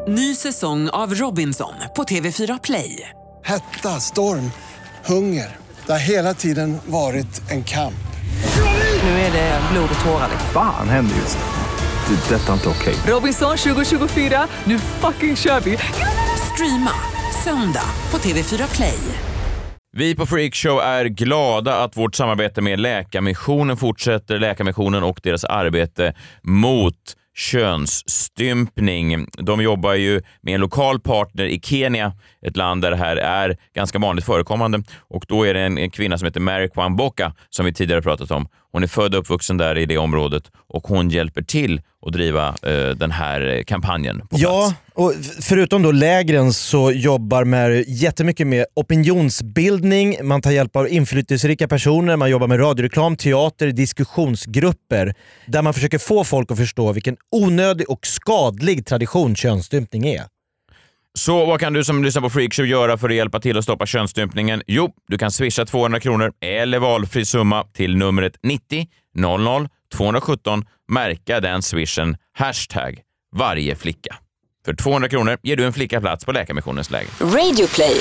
Ny säsong av Robinson på TV4 Play. Hetta, storm, hunger. Det har hela tiden varit en kamp. Nu är det blod och tårar. Fan händer just nu. Det. Detta är inte okej. Robinson 2024, nu fucking kör vi. Streama söndag på TV4 Play. Vi på Freakshow är glada att vårt samarbete med Läkarmissionen fortsätter. Läkarmissionen och deras arbete mot könsstympning. De jobbar ju med en lokal partner i Kenya, ett land där det här är ganska vanligt förekommande. Och då är det en kvinna som heter Mary Kwamboka som vi tidigare pratat om. Hon är född och uppvuxen där i det området och hon hjälper till att driva den här kampanjen på plats. Ja, och förutom då lägren så jobbar man jättemycket med opinionsbildning, man tar hjälp av inflytelserika personer, man jobbar med radioreklam, teater, diskussionsgrupper där man försöker få folk att förstå vilken onödig och skadlig tradition könsstympning är. Så vad kan du som lyssnar på Freakshow göra för att hjälpa till att stoppa könsstympningen? Jo, du kan swisha 200 kronor eller valfri summa till numret 90 00 217. Märka den swishen hashtag varje flicka. För 200 kronor ger du en flicka plats på Läkarmissionens läger. Radioplay.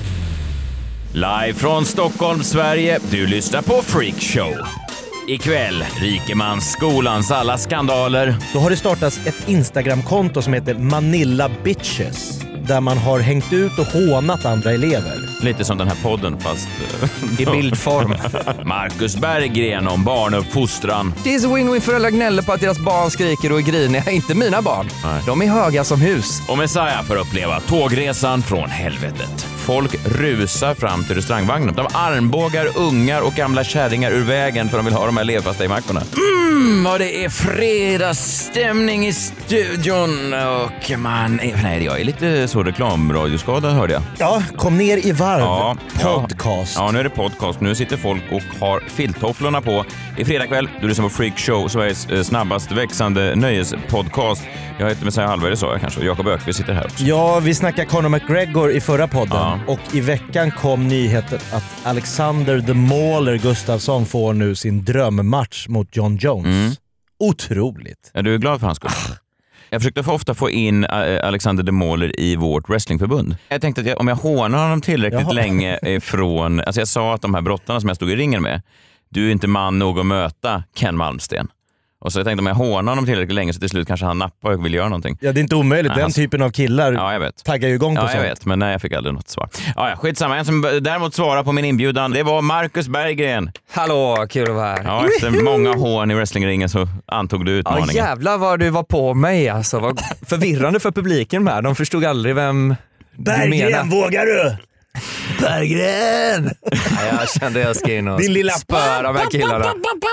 Live från Stockholm, Sverige. Du lyssnar på Freakshow. Ikväll, Rikemansskolans alla skandaler. Då har det startats ett Instagram-konto som heter Manila Bitches där man har hängt ut och hånat andra elever. Lite som den här podden fast i bildform. Marcus Berggren om barnuppfostran. Det är så win-win, föräldrar gnäller på att deras barn skriker och är griniga. Inte mina barn. Nej. De är höga som hus. Och Messiah får uppleva tågresan från helvetet. Folk rusar fram till restaurangvagnen. De armbågar ungar och gamla kärringar ur vägen för de vill ha de här leverpastejmackorna. Vad det är fredagsstämning i studion. Och nej, jag är lite så reklamradioskadad hörde jag. Ja, kom ner i varv. Ja, podcast. Ja, nu är det podcast. Nu sitter folk och har filttofflorna på. I fredagkväll, du lyssnar på Freakshow, Sveriges snabbast växande nöjespodcast. Jag heter Messiah Hallberg, sa jag kanske. Jakob Ökvist sitter här också. Ja, vi snackade Conor McGregor i förra podden och i veckan kom nyheten att Alexander the Mauler Gustafsson får nu sin drömmatch mot John Jones. Otroligt. Är du glad för hans skull? Jag försökte ofta få in Alexander de Mauler i vårt wrestlingförbund. Jag tänkte att om jag hånar honom tillräckligt länge ifrån... Alltså jag sa att de här brottarna som jag stod i ringen med, du är inte man nog att möta Ken Malmsten. Och så jag tänkte om jag hånar honom tillräckligt länge så till slut kanske han nappar och vill göra någonting. Ja, det är inte omöjligt. Den typen av killar taggar ju igång på sånt. Ja, jag vet. Men nej, jag fick aldrig något svar. Ja, skitsamma. En som däremot svarade på min inbjudan, det var Marcus Berggren. Hallå, kul att vara här. Ja, efter många hån i wrestlingringen så antog du utmaningen. Ja, jävlar vad du var på mig alltså. Vad förvirrande för publiken med. De förstod aldrig vem Berggren, vågar du? Berggren! Ja, jag kände jag ska in och spöra de här killarna.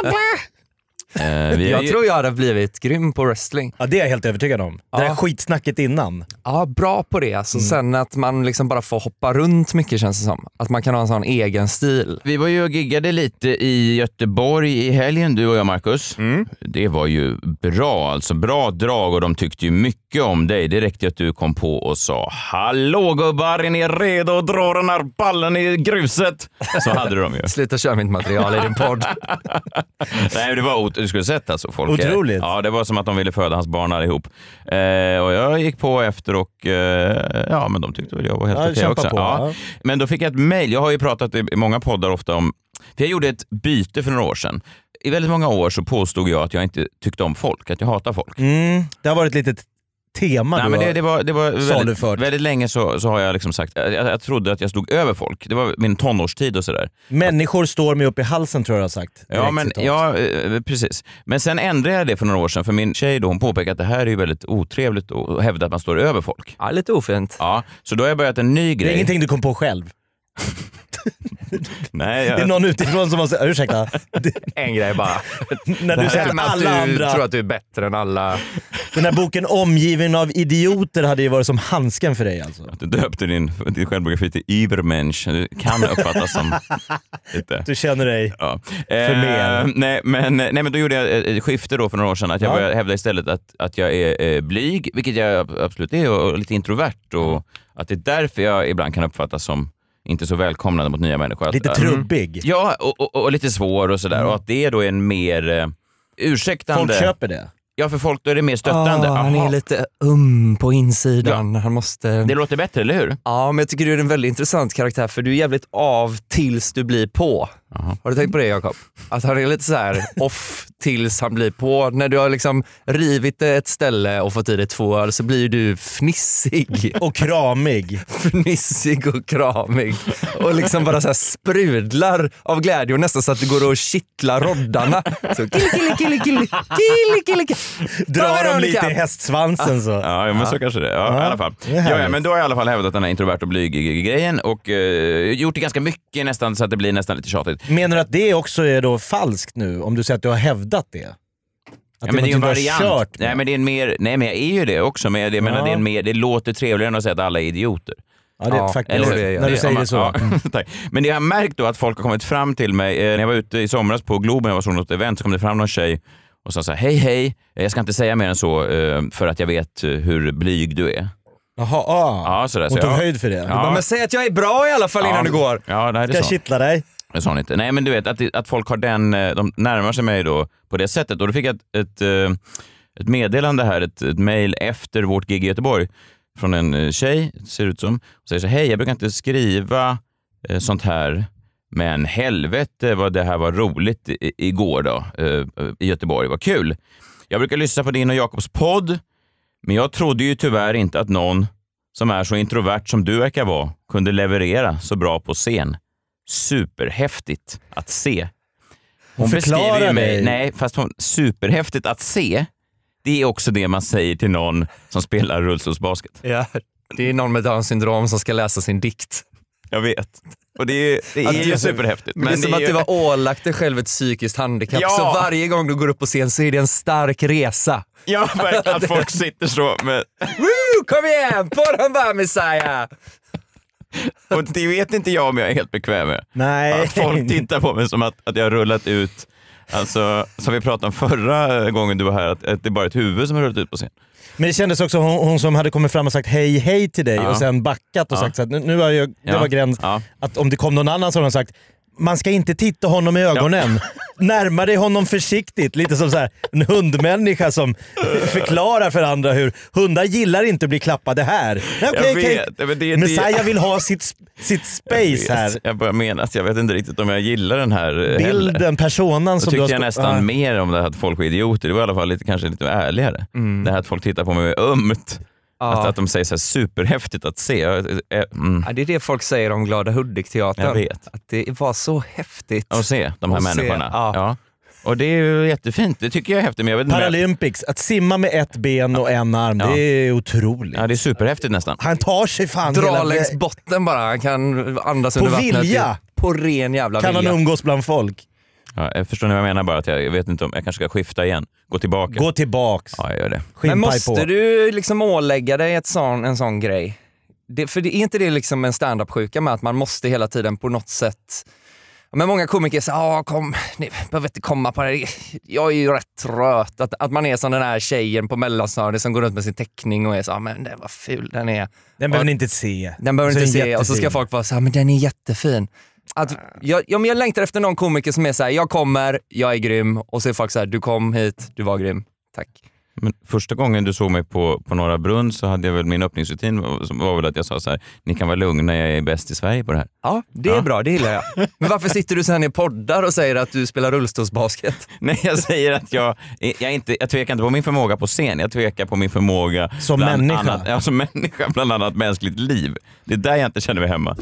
Jag tror jag hade blivit grym på wrestling. Ja, det är jag helt övertygad om. Det där skitsnacket innan. Ja, bra på det. Alltså, sen att man liksom bara får hoppa runt mycket känns det som. Att man kan ha en sån egen stil. Vi var ju och giggade lite i Göteborg i helgen, du och jag Marcus. Det var ju bra, alltså bra drag och de tyckte ju mycket om dig. Det räckte att du kom på och sa hallå gubbar, är ni redo att dra den här ballen i gruset? Så hade de ju. Sluta köra mitt material i din podd. Nej, det var du skulle sett alltså folk. Otroligt. Ja, det var som att de ville föda hans barn allihop. Och jag gick på efter och men de tyckte väl jag var helt okej också. Ja. Men då fick jag ett mejl. Jag har ju pratat i många poddar ofta om... För jag gjorde ett byte för några år sedan. I väldigt många år så påstod jag att jag inte tyckte om folk, att jag hatar folk. Det har varit lite tema. Nej, men det var väldigt länge så har jag liksom sagt, jag trodde att jag stod över folk. Det var min tonårstid och sådär. Människor står mig upp i halsen tror jag har sagt. Ja, precis. Men sen ändrade jag det för några år sedan för min tjej då, hon påpekade att det här är ju väldigt otrevligt att hävda att man står över folk. Ja, lite ofint. Ja, så då har jag börjat en ny grej. Det är ingenting du kom på själv. Nej, det är någon utifrån som har ursäkta. En grej bara. När du säger att alla andra tror att du är bättre än alla. Den här boken Omgiven av idioter hade ju varit som handsken för dig alltså. Att du döpte din självbiografi till Übermensch. Det kan uppfattas som lite. Du känner dig för mer. Nej, men då gjorde jag ett skifte då för några år sedan att jag började hävda istället att jag är blyg, vilket jag absolut är, och lite introvert och att det är därför jag ibland kan uppfattas som inte så välkomnande mot nya människor. Lite trubbig. Ja, och lite svår och sådär. Och att det då är en mer ursäktande... Folk köper det. Ja, för folk då är det mer stöttande. Han är lite på insidan. Ja. Han måste... Det låter bättre, eller hur? Ja, men jag tycker du är en väldigt intressant karaktär för du är jävligt av tills du blir på. Aha. Har du tänkt på det, Jakob? Att han är lite så här off tills han blir på. När du har liksom rivit ett ställe och fått i dig 2 öl så blir du fnissig. Och kramig. Fnissig och kramig. Och liksom bara så här sprudlar av glädje och nästan så att det går att kittla roddarna. Så kille. Drar dem lite i hästsvansen så. Ja, men så kanske det. Ja, i alla fall. Ja, men då har jag i alla fall hävdat den här introvert och blyg grejen och gjort det ganska mycket nästan så att det blir nästan lite tjatigt. Menar du att det också är då falskt nu? Om du säger att du har hävdat det? Att Ja, men det är ju en variant. Kört Nej, men det är en mer... Nej, men jag är ju det också. Men jag menar, det är en mer... Det låter trevligare än att säga att alla är idioter. Ja, det är faktiskt. Eller Det, när du säger det så. Ja, tack. Men det jag har märkt då att folk har kommit fram till mig. När jag var ute i somras på Globen, jag var så något event, så kom det fram någon tjej och sa så här: hej, jag ska inte säga mer än så för att jag vet hur blyg du är. Jaha, Ja, sådär, hon så tog jag, höjd för det. Ja. Men säg att jag är bra i alla fall innan du går. Ja, det är Ska jag så. kittla dig? Det sa hon inte. Nej, men du vet att folk har den, de närmar sig mig då på det sättet. Och då fick jag ett meddelande här, ett mejl efter vårt gig i Göteborg från en tjej, ser ut som, och säger så: hej, jag brukar inte skriva sånt här, men helvete vad det här var roligt igår då i Göteborg, vad kul. Jag brukar lyssna på din och Jakobs podd, men jag trodde ju tyvärr inte att någon som är så introvert som du verkar vara kunde leverera så bra på scen. Superhäftigt att se. Hon beskriver ju mig. Nej, fast superhäftigt att se. Det är också det man säger till någon som spelar rullstolsbasket. Ja, det är någon med Downs syndrom som ska läsa sin dikt. Jag vet. Och det är ju superhäftigt. Men det är som att du var ålagt dig själv ett psykiskt handikapp. Ja. Så varje gång du går upp på scen så är det en stark resa. Ja, verkligen. Att folk sitter så med... Woo, kom igen! På den bara, Messiah! Och det vet inte jag om jag är helt bekväm med. Nej. Att folk tittar på mig som att jag har rullat ut, alltså som vi pratade om förra gången du var här, att det är bara ett huvud som har rullat ut på scen. Men det kändes också hon som hade kommit fram och sagt hej till dig och sen backat och sagt så att nu var jag, det var gräns. Ja. Att om det kom någon annan så hade de sagt: man ska inte titta honom i ögonen. Närma dig honom försiktigt. Lite som så här, en hundmänniska som förklarar för andra hur hundar gillar inte att bli klappade här. Okay. Messiah vill ha sitt space här. Jag bara menar att jag vet inte riktigt om jag gillar den här bilden, personen som du har... Jag nästan mer om det här att folk är idioter. Det var i alla fall kanske lite ärligare. Det här att folk tittar på mig ömt. Att de säger så här, superhäftigt att se. Ja, det är det folk säger om Glada Hudik-teatern. Jag vet. Att det var så häftigt. Att se de här människorna. Ja. Och det är ju jättefint. Det tycker jag är häftigt. Men jag vet Paralympics, att simma med ett ben och en arm, det är otroligt. Ja, det är superhäftigt nästan. Han tar sig fan dra längs botten bara. Han kan andas under vattnet. Vilja. På ren jävla vilja. Kan han umgås bland folk? Ja, jag förstår ni vad jag menar, bara att jag vet inte om jag kanske ska skifta igen. Gå tillbaks. Ja, jag gör det. Men måste du liksom ålägga dig en sån grej? För det är inte det liksom en stand-up-sjuka med att man måste hela tiden på något sätt... Men många komiker säger, kom, ni behöver inte komma på det. Jag är ju rätt trött. Att man är som den här tjejen på mellanstadiet som går runt med sin teckning och är så, men den var ful, den är... Den behöver ni inte se. Den behöver inte se. Och så ska folk vara så, men den är jättefin. Att jag längtar efter någon komiker som är så här: jag kommer, jag är grym, och så är folk så här: du kom hit, du var grym, tack. Men första gången du såg mig på Norra Brunn så hade jag väl min öppningsrutin som var väl att jag sa så här: ni kan vara lugna, jag är bäst i Sverige på det här. Ja, det är bra, det gillar jag. Men varför sitter du sen i poddar och säger att du spelar rullstolsbasket? Nej, jag säger att jag tvekar inte på min förmåga på scen, jag tvekar på min förmåga som människa. Som människa, bland annat mänskligt liv. Det är där jag inte känner mig hemma.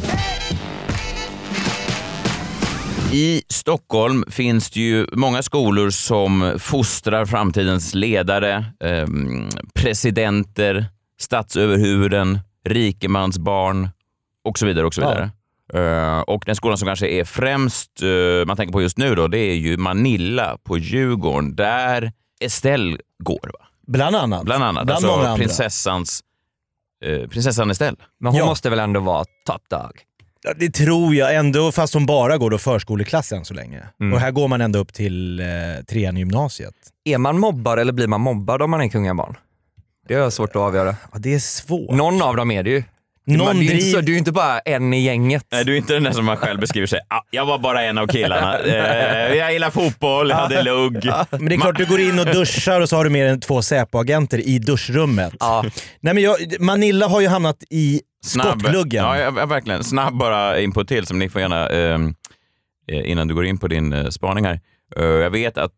I Stockholm finns det ju många skolor som fostrar framtidens ledare, presidenter, statsöverhuvuden, rikemansbarn och så vidare och så vidare. Och den skolan som kanske är främst man tänker på just nu då, det är ju Manilla på Djurgården, där Estelle går, va? Bland annat. Bland alltså prinsessan Estelle. Men hon måste väl ändå vara top dog? Ja, det tror jag ändå, fast hon bara går då förskoleklassen så länge. Och här går man ändå upp till 3:an i gymnasiet. Är man mobbar eller blir man mobbad om man är kungabarn? Det är svårt att avgöra. Ja, det är svårt. Någon av dem är det ju. Någon du är ju inte bara en i gänget. Nej, du är inte den där som man själv beskriver sig. Jag var bara en av killarna. Jag gillar fotboll, jag hade lugg. Men det är klart, du går in och duschar och så har du mer än 2 Säpo-agenter i duschrummet. Ja. Nej, men Manilla har ju hamnat i skottgluggen. Ja, verkligen. Snabb bara in på till som ni får gärna innan du går in på din spaning här. Jag vet att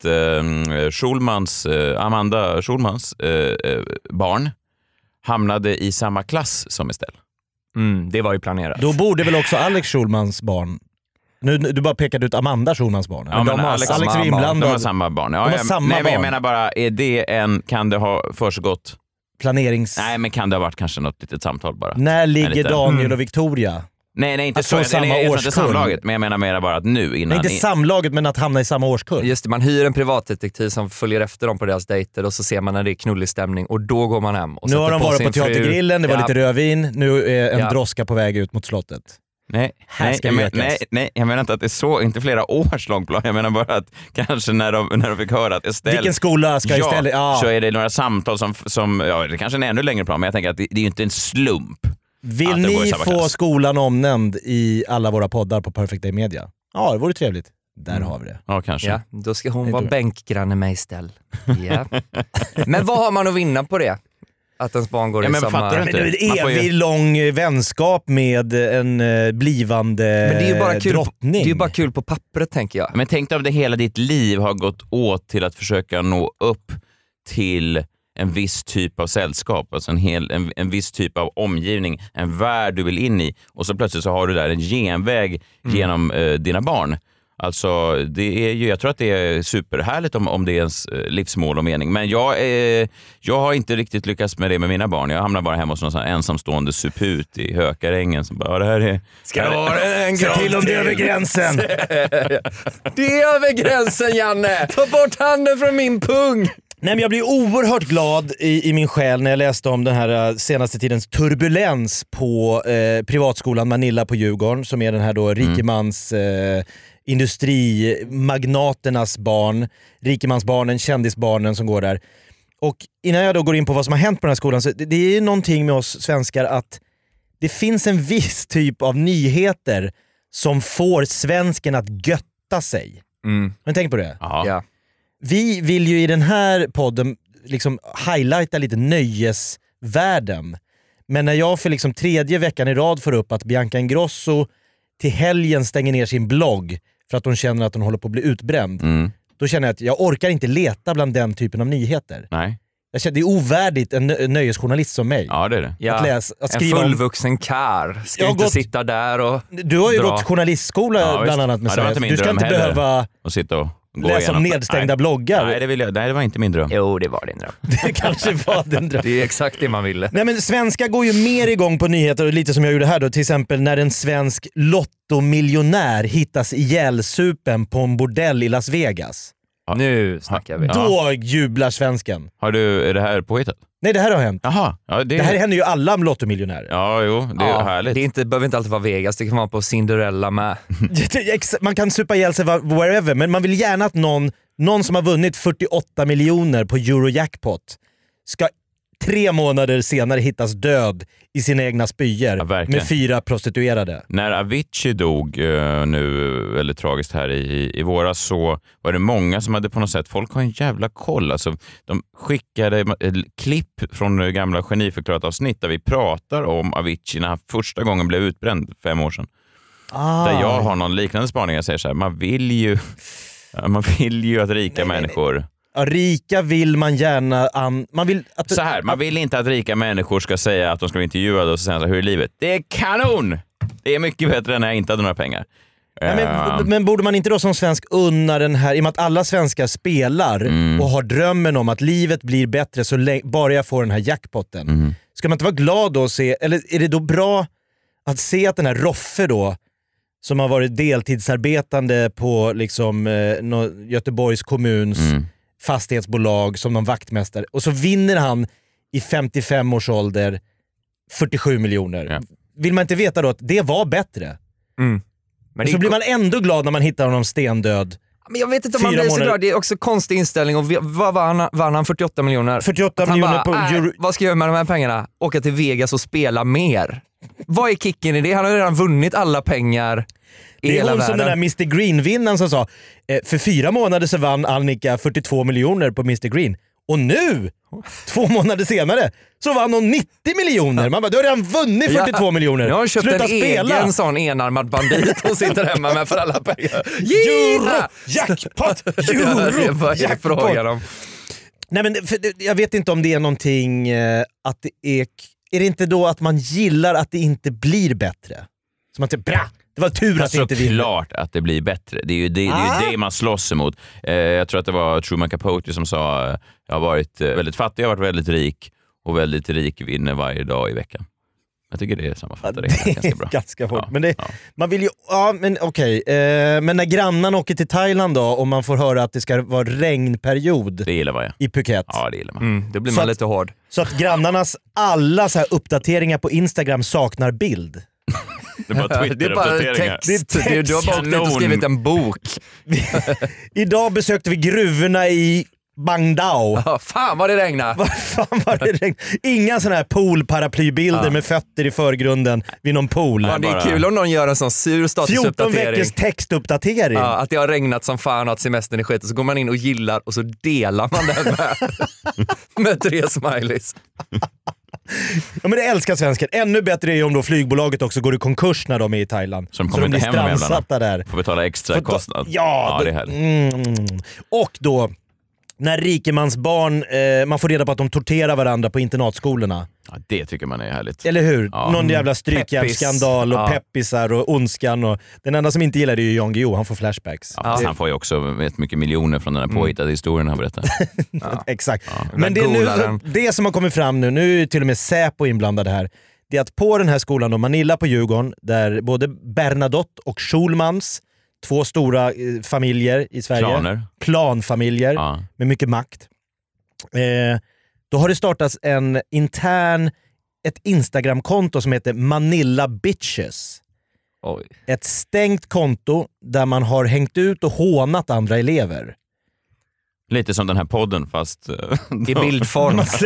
Amanda Schulmans barn hamnade i samma klass som Estelle. Det var ju planerat. Då borde väl också Alex Schulmans barn... Du bara pekade ut Amanda Schulmans barn. Ja, men Alex är inblandad. De har samma barn. Ja, men jag menar bara, kan det ha försiggått... Nej, men kan det ha varit kanske något litet samtal bara? När ligger Daniel och Victoria? Nej, inte alltså, så. Samma årskull. Samlaget, men jag menar mer bara att nu innan... Nej, inte samlaget, men att hamna i samma årskull. Just det, man hyr en privatdetektiv som följer efter dem på deras dejter och så ser man när det är knullig stämning och då går man hem. Och nu har de varit på teatergrillen, det var lite rödvin, nu är en droska på väg ut mot slottet. Nej, jag menar inte att det är så, inte flera års lång plan. Jag menar bara att kanske när de fick höra att Estelle... Vilken skola ska Estelle... Ja, så är det några samtal som det kanske är en ännu längre plan, men jag tänker att det är ju inte en slump. Vill ni få skolan omnämnd i alla våra poddar på Perfect Day Media? Ja, det vore trevligt. Där har vi det. Ja, kanske. Ja, då ska hon vara bänkgranne med Estelle. Ja. Men vad har man att vinna på det? Att ens barn går i samma... Men det är en evig lång vänskap med en blivande men det är ju bara kul drottning. Det är ju bara kul på pappret, tänker jag. Men tänk dig om det hela ditt liv har gått åt till att försöka nå upp till en viss typ av sällskap, alltså en viss typ av omgivning, en värld du vill in i, och så plötsligt så har du där en genväg genom dina barn. Alltså det är ju, jag tror att det är superhärligt om det är ens livsmål och mening, men jag har inte riktigt lyckats med det med mina barn. Jag hamnar bara hemma hos någon sån här ensamstående suput i Hökarängen som bara, det här är... Ska det vara en se till om det är över gränsen. Det är över gränsen, Janne! Ta bort handen från min pung! Nej, men jag blir oerhört glad i min själ när jag läste om den här senaste tidens turbulens på privatskolan Manilla på Djurgården, som är den här då rikemans industrimagnaternas barn, rikemansbarnen, kändisbarnen som går där. Och innan jag då går in på vad som har hänt på den här skolan, så det är någonting med oss svenskar att det finns en viss typ av nyheter som får svensken att götta sig. Men tänk på det. Ja. Vi vill ju i den här podden liksom highlighta lite nöjesvärlden. Men när jag för liksom 3:e veckan i rad får upp att Bianca Ingrosso till helgen stänger ner sin blogg för att hon känner att hon håller på att bli utbränd. Då känner jag att jag orkar inte leta bland den typen av nyheter. Nej. Jag känner, det är ovärdigt en nöjesjournalist som mig. Ja, det är det. Ja, att skriva en fullvuxen kar ska inte sitta där och du har ju gått journalistskola bland annat med Sverige. Du ska inte behöva och sitta och läsa om nedstängda bloggar. Nej, det var inte min dröm. Jo, det var din dröm. Det kanske var din dröm. Det är exakt det man ville. Nej, men svenska går ju mer igång på nyheter, lite som jag gjorde här då. Till exempel när en svensk lottomiljonär hittas ihjälsupen på en bordell i Las Vegas. Nu snackar vi. Då jublar svensken. Är det här påhittat? Nej, det här har hänt. Jaha. Ja, det här händer ju alla lottomiljonärer. Ja, jo, det är härligt. Det behöver inte alltid vara Vegas, det kan vara på Cinderella med. Man kan supa ihjäl sig wherever, men man vill gärna att någon som har vunnit 48 miljoner på Eurojackpot ska 3 månader senare hittas död i sina egna spyor med 4 prostituerade. När Avicii dog nu väldigt tragiskt här i våras, så var det många som hade på något sätt, folk har en jävla koll, alltså, de skickade klipp från gamla geniförklarat avsnitt där vi pratar om Avicii när han första gången blev utbränd 5 år sedan. Där jag har någon liknande spaning, jag säger så här, man vill ju att rika människor... Ja, rika vill man gärna... Man vill inte att rika människor ska säga att de ska bli intervjuade och säga så här, hur är livet? Det är kanon! Det är mycket bättre än när jag inte hade några pengar. Men borde man inte då som svensk unna den här, i och med att alla svenskar spelar och har drömmen om att livet blir bättre så bara jag får den här jackpotten. Ska man inte vara glad då och se, eller är det då bra att se att den här Roffe då, som har varit deltidsarbetande på liksom Göteborgs kommuns fastighetsbolag som någon vaktmästare, och så vinner han i 55 års ålder 47 miljoner. Ja. Vill man inte veta då att det var bättre? Men så blir man ändå glad när man hittar honom stendöd. Men jag vet inte om man blir så glad. Det är också konstig inställning. Och vad vann han? 48 miljoner? 48 miljoner på vad ska jag göra med de här pengarna? Åka till Vegas och spela mer. Vad är kicken i det? Han har redan vunnit alla pengar i Det är hela hon världen. som den där Mr Green-vinnaren som sa för 4 månader så vann Annika 42 miljoner på Mr Green. Och nu, 2 månader senare, så vann hon 90 miljoner. Man bara, du har redan vunnit 42 miljoner. Jag har köpt Sluta en spela. egen sån enarmad bandit och sitter hemma med för alla pengar. Euro! Jackpot! Euro! Vad är frågan om? Nej, men jag vet inte om det är någonting att det är det inte då att man gillar att det inte blir bättre? Som att det var tur att det inte ville. Klart att det blir bättre. Det är ju det man slåss emot. Jag tror att det var Truman Capote som sa jag har varit väldigt fattig, jag har varit väldigt rik och väldigt rik vinner varje dag i veckan. Jag tycker det sammanfattar det ganska bra. Ganska hårt. Ja, Men det, man vill ju, men okej. Men när grannarna åker till Thailand då, och man får höra att det ska vara regnperiod Det gillar jag. i Phuket. Ja, det gillar man. Då blir Så man att- lite hård. Så att grannarnas alla så här uppdateringar på Instagram saknar bild. Det är bara Det är bara Twitter-uppdateringar. text. Du har bara åkt dit och skrivit en bok. Idag besökte vi gruvorna i Bangdao. Ja, fan vad det regnar. Vad fan var det regn? Inga såna här poolparaplybilder med fötter i förgrunden vid någon pool. Ja, det är bara- kul om någon gör en sån sur 14 statusuppdatering. veckors textuppdatering. Ja, att det har regnat som fan och att semestern är skit och så går man in och gillar och så delar man den med 3 smileys. Ja, men det älskar svensken. Ännu bättre är ju om då flygbolaget också går i konkurs när de är i Thailand. Så de kommer inte hem med jävlarna. strandsatta där. Får betala extra kostnad. Ja, det är härligt. Och då, när rikemansbarn, man får reda på att de torterar varandra på internatskolorna. Ja, det tycker man är härligt. Eller hur? Ja. Någon jävla strykjärnsskandal och peppisar och ondskan. Och den enda som inte gillar det är ju Jan Guillou, han får flashbacks. Ja, fast han får ju också vet, mycket miljoner från den här påhittade historien han berättar. Exakt. Ja. Men det, är Golaren. nu, det som har kommit fram nu är ju till och med Säpo inblandad här. Det är att på den här skolan då, Manila på Djurgården, där både Bernadotte och Schulmans, 2 stora familjer i Sverige, klanfamiljer med mycket makt. Då har det startats ett Instagram-konto som heter Manila Bitches. Oj. Ett stängt konto där man har hängt ut och hånat andra elever. Lite som den här podden fast... I bildform. Fast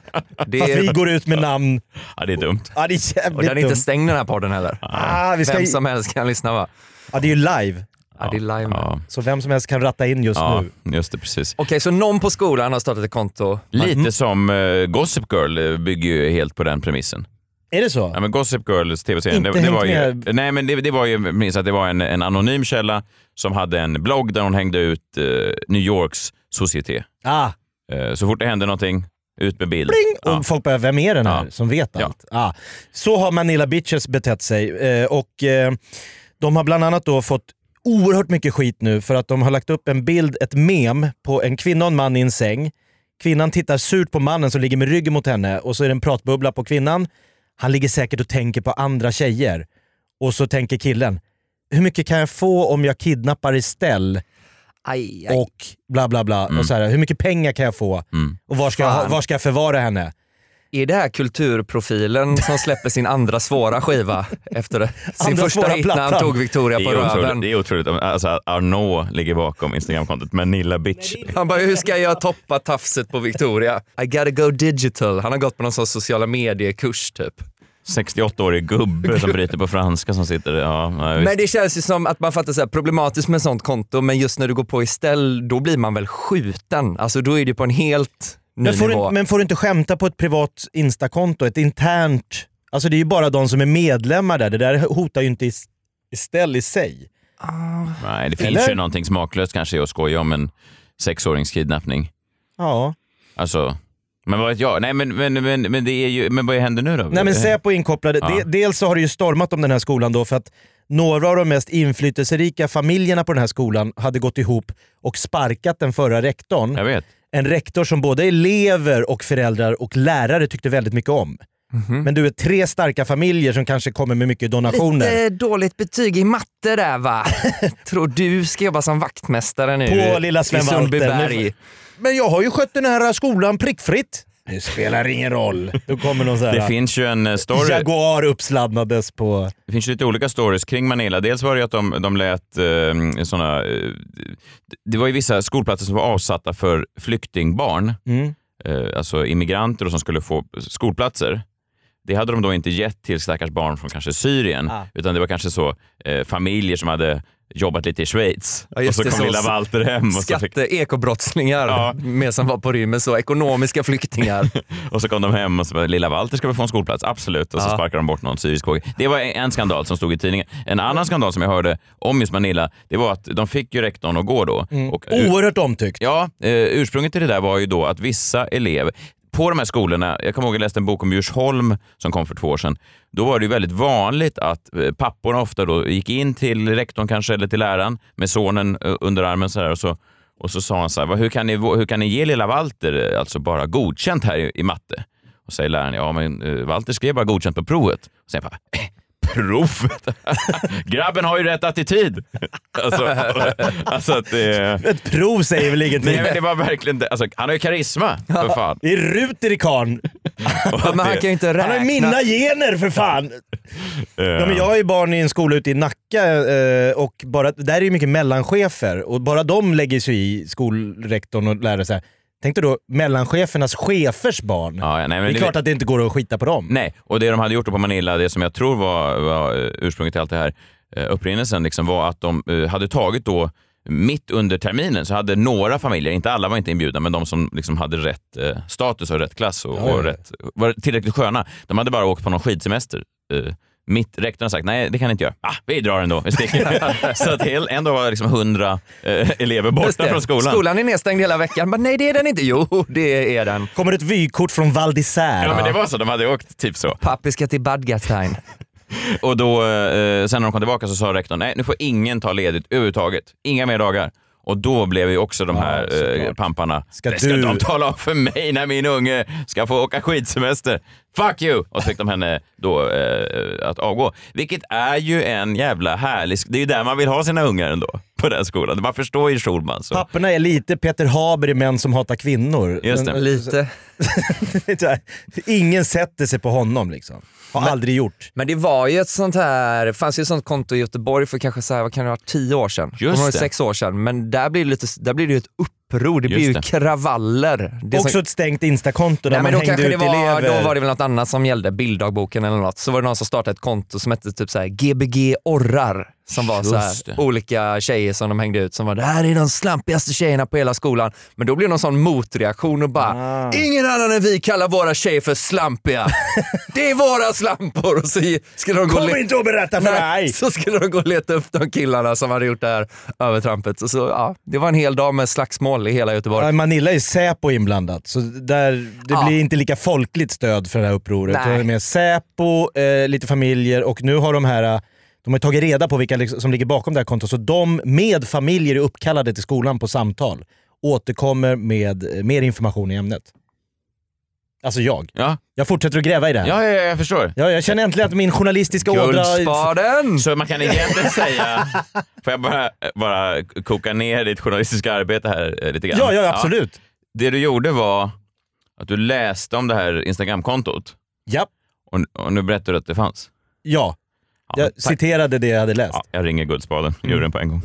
vi går ut med namn. Ja, det är dumt. Ja, det är jävligt Och den är inte dumt. stängd den här podden heller. Vi ska Vem som helst kan lyssna va? Ja, det är ju live. Ja, det är live. Ja, Så vem som helst kan ratta in just nu. just det, precis. Okej, så någon på skolan har startat ett konto. Lite som Gossip Girl bygger ju helt på den premissen. Är det så? Ja, men Gossip Girls tv-serien, Inte det var hängt ju, med. nej men det var ju minst att det var en anonym källa som hade en blogg där hon hängde ut New Yorks societé. Så fort det hände någonting, ut med bild. Bling! Och folk bara, vem är den här som vet Ja. allt? Så har Manila Bitches betett sig. Och de har bland annat då fått oerhört mycket skit nu för att de har lagt upp en bild, ett mem på en kvinna och en man i en säng. Kvinnan tittar surt på mannen som ligger med ryggen mot henne och så är det en pratbubbla på kvinnan. Han ligger säkert och tänker på andra tjejer. Och så tänker killen, hur mycket kan jag få om jag kidnappar Estelle? Aj. Och bla bla bla. Och så här, hur mycket pengar kan jag få? Och var ska jag förvara henne? Är det här kulturprofilen som släpper sin andra svåra skiva efter sin Andra första svåra hit när han plattan. tog Victoria på röven? Det är otroligt. Alltså, att Arnaud ligger bakom Instagram-kontot Manila Bitch. Han bara, hur ska jag toppa tafset på Victoria? I gotta go digital. Han har gått på någon sån sociala mediekurs typ. 68-årig gubbe som bryter på franska som sitter där. Ja, Men det känns ju som att man fattar så här, problematiskt med sånt konto, men just när du går på Estelle, då blir man väl skjuten. Alltså då är det på en helt ny nivå. Men får du inte skämta på ett privat Instakonto, ett internt? Alltså det är ju bara de som är medlemmar där. Det där hotar ju inte Estelle i sig. Nej, det finns ju någonting smaklöst kanske att skoja om en 6-åringskidnappning. Ja. Alltså, men vad vet jag? Nej, men det är ju, men vad händer nu då? Nej, men Säpo inkopplade. Ja. Dels så har det ju stormat om den här skolan då för att några av de mest inflytelserika familjerna på den här skolan hade gått ihop och sparkat den förra rektorn. Jag vet. En rektor som både elever och föräldrar och lärare tyckte väldigt mycket om. Men du är 3 starka familjer som kanske kommer med mycket donationer. Lite dåligt betyg i matte där va? Tror du ska jobba som vaktmästare nu På lilla Sven i Sundbyberg. Walter. Men jag har ju skött den här skolan prickfritt. Det spelar ingen roll. Då kommer någon så här. Det finns ju en story. Jaguar uppsladdnades på. Det finns ju lite olika stories kring Manila. Dels var det att de lät såna. Det var ju vissa skolplatser som var avsatta för flyktingbarn. Alltså immigranter och som skulle få skolplatser. det hade de då inte gett till stackars barn från kanske Syrien, utan det var kanske så familjer som hade jobbat lite i Schweiz. Och så kom lilla Walter hem. Och ekobrottslingar med som var på rymmen, så ekonomiska flyktingar. Och så kom de hem och så bara, lilla Walter ska vi få en skolplats, absolut. Och så sparkade de bort någon syrisk pojke. Det var en skandal som stod i tidningen. En annan skandal som jag hörde om just Manila, det var att de fick ju rektorn att gå då. Och, oerhört omtyckt. Ja, ursprunget till det där var ju då att vissa elever på de här skolorna, jag kommer ihåg jag läste en bok om Djursholm som kom för 2 år sedan. Då var det ju väldigt vanligt att papporna ofta då gick in till rektorn kanske eller till läraren med sonen under armen så här, och så sa han så här, hur kan ni ge lilla Walter alltså bara godkänt här i matte? Och säger läraren, ja men Walter skrev bara godkänt på provet. Och säger pappa, provet? Grabben har ju rätt attityd. alltså att ett prov säger väl ingenting. Nej, men det var verkligen alltså, han har ju karisma för fan. Det är ruter i karn. Men han kan ju inte räkna. Han har mina gener för fan. Ja, men jag har ju barn i en skola ute i Nacka och bara, där är ju mycket mellanchefer och bara de lägger sig i skolrektorn och lärare så här. Tänk dig då mellanchefernas chefers barn. Ja, nej, men det är klart att det inte går att skita på dem. Nej, och det de hade gjort på Manila, det som jag tror var ursprunget till allt det här upprinnelsen liksom, var att de hade tagit då mitt under terminen så hade några familjer, inte alla var inte inbjudna, men de som liksom hade rätt status och rätt klass och var tillräckligt sköna, de hade bara åkt på någon skidsemester. Rektorn har sagt, nej det kan inte göra. Vi drar ändå, vi sticker. Så att ändå var liksom 100 elever borta från skolan. Skolan är nedstängd hela veckan, men nej det är den inte. Jo, det är den. Kommer ett vykort från Val d'Isère. Ja, men det var så, de hade åkt typ så. Pappi ska till Bad Gastein. Och då, sen när de kom tillbaka så sa rektorn, nej nu får ingen ta ledigt överhuvudtaget. Inga mer dagar. Och då blev ju också de här pamparna, ska de tala om för mig när min unge ska få åka skidsemester? Fuck you! Och så fick de henne då att avgå. Vilket är ju en jävla härlig... Det är ju där man vill ha sina ungar ändå, på den skolan. Man förstår ju Schulman. Så. Papporna är lite Peter Haber i Män som hatar kvinnor. Just det. Lite. Ingen sätter sig på honom liksom. Aldrig gjort. Men det var ju ett sånt här, det fanns ju ett sånt konto i Göteborg för kanske så här, vad kan det vara, 10 år sedan. Just det. 6 år sedan. Men där blir det ju ett uppror, det blir ju kravaller. Det också ett stängt Instakonto där man hängde ut elever. Då var det väl något annat som gällde, bilddagboken eller något. Så var det någon som startade ett konto som hette typ så här GBG Orrar. Som var så här, olika tjejer som de hängde ut som var, det här är de slampigaste tjejerna på hela skolan. Men då blev det någon sån motreaktion och bara, ingen annan än vi kallar våra tjejer för slampiga. Det är våra slampor. Och så skulle de Kom inte att berätta för mig. Så skulle de gå och leta upp de killarna som hade gjort det här övertrampet. Och så, ja, det var en hel dag med slagsmål i hela Göteborg. Ja, Manila är Säpo inblandat, så det blir inte lika folkligt stöd för det här upproret. Det är med Säpo, lite familjer och nu har de har tagit reda på vilka som ligger bakom det här kontot, så de med familjer är uppkallade till skolan på samtal. Återkommer med mer information i ämnet. Alltså jag fortsätter att gräva i det här. Ja, jag förstår. Ja, jag känner äntligen att min journalistiska ådra... Guldspaden! Så man kan egentligen säga... Får jag bara koka ner ditt journalistiska arbete här lite grann? Ja, absolut. Ja. Det du gjorde var att du läste om det här Instagram-kontot. Ja. Och nu berättar du att det fanns. Ja. Jag citerade det jag hade läst. Ja, jag ringer Guldspaden. Gjorde den på en gång.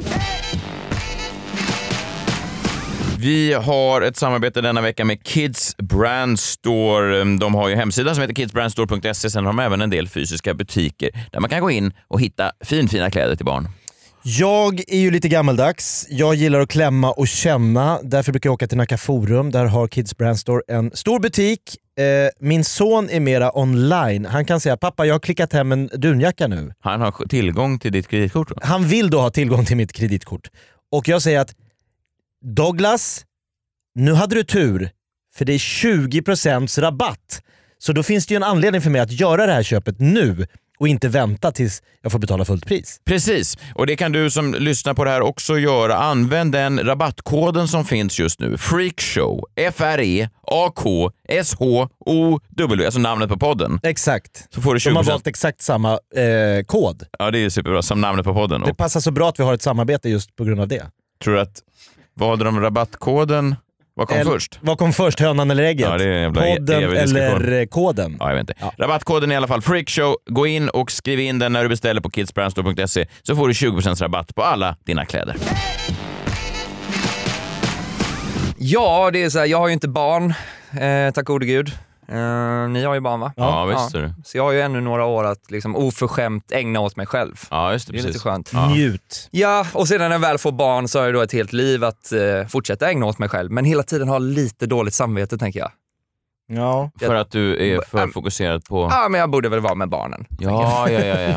Vi har ett samarbete denna vecka med Kids Brand Store. De har ju hemsida som heter kidsbrandstore.se. Sen har de även en del fysiska butiker där man kan gå in och hitta fina kläder till barn. Jag är ju lite gammaldags. Jag gillar att klämma och känna. Därför brukar jag åka till Nacka Forum. Där har Kids Brand Store en stor butik. Min son är mera online. Han kan säga, pappa jag har klickat hem en dunjacka nu. Han har tillgång till ditt kreditkort då? Han vill då ha tillgång till mitt kreditkort. Och jag säger att Douglas, nu hade du tur. För det är 20% rabatt. Så då finns det ju en anledning för mig att göra det här köpet nu. Och inte vänta tills jag får betala fullt pris. Precis, och det kan du som lyssnar på det här också göra. Använd den rabattkoden som finns just nu. Freakshow. FREAKSHOW. Alltså namnet på podden. Exakt. Så får du 20%. De har valt exakt samma kod. Ja, det är superbra. Som namnet på podden. Det passar så bra att vi har ett samarbete just på grund av det. Tror du att valde de rabattkoden? Vad kom först? Vad kom först, hönan eller ägget? Ja, det är podden eller koden? Ja, jag vet inte. Ja. Rabattkoden är i alla fall Freakshow. Gå in och skriv in den när du beställer på kidsbrandstore.se så får du 20% rabatt på alla dina kläder. Ja, det är så här, jag har ju inte barn, tack gode gud. Ni har ju barn, va? Ja, visst är det. Så jag har ju ännu några år att liksom oförskämt ägna åt mig själv. Ja, just det. Det är precis. lite skönt. Ja. Njut. Ja, och sedan när jag väl får barn så har jag då ett helt liv att fortsätta ägna åt mig själv. Men hela tiden ha lite dåligt samvete, tänker jag. Ja. För att du är för fokuserad på... Ja, men jag borde väl vara med barnen. Ja.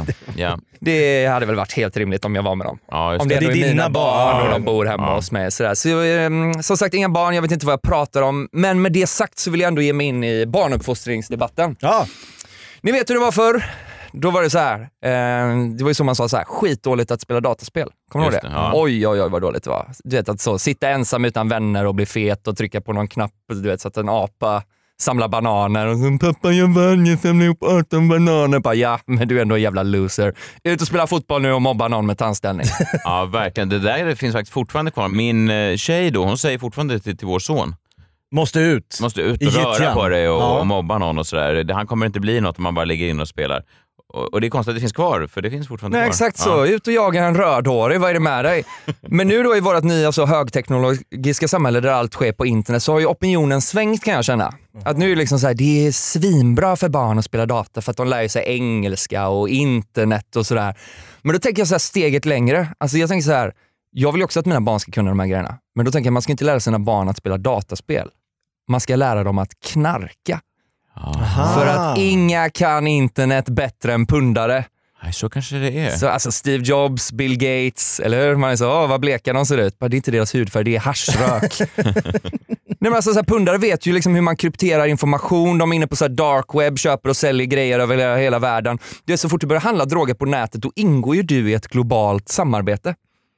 Det hade väl varit helt rimligt om jag var med dem. Ja, just Om det. det är dina mina barn och barn. de bor hemma hos mig. Sådär. Så som sagt, inga barn, jag vet inte vad jag pratar om. Men med det sagt så vill jag ändå ge mig in i barnuppfostringsdebatten. Ja. Ni vet hur det var förr. Då var det så här. Det var ju som man sa så här, skitdåligt att spela dataspel. Kommer du ihåg Just det? det, ja. Oj vad dåligt det var. Du vet att så sitta ensam utan vänner och bli fet och trycka på någon knapp, du vet, så att en apa samlar bananer och så pappa jag vann, jag samlar ihop 18 bananer. Bara, ja, men du är ändå en jävla loser. Ut och spela fotboll nu och mobba någon med tandställning. Ja, verkligen. Det där finns faktiskt fortfarande kvar. Min tjej då, hon säger fortfarande till vår son. Måste ut Måste ut I och röra gyttjan. på dig och, Ja. och mobba någon och sådär. Han kommer inte bli något om man bara ligger in och spelar. Och det är konstigt att det finns kvar, för det finns fortfarande Nej, kvar. exakt så. Ut och jaga en rödhårig, vad är det med dig? Men nu då i vårt nya så högteknologiska samhälle där allt sker på internet så har ju opinionen svängt, kan jag känna. Att nu är det liksom så här, det är svinbra för barn att spela data för att de lär sig engelska och internet och sådär. Men då tänker jag så här steget längre. Alltså jag tänker så här, jag vill ju också att mina barn ska kunna de här grejerna. Men då tänker jag, man ska inte lära sina barn att spela dataspel. Man ska lära dem att knarka. För att inga kan internet bättre än pundare. Nej, så kanske det är. Så, alltså Steve Jobs, Bill Gates, eller hur? Man är så, vad bleka de ser ut. Det är inte deras hudfärg, det är haschrök. Nej, men alltså, så här, pundare vet ju liksom hur man krypterar information. De är inne på så här dark web, köper och säljer grejer över hela världen. Det är så fort du börjar handla droger på nätet, då ingår ju du i ett globalt samarbete.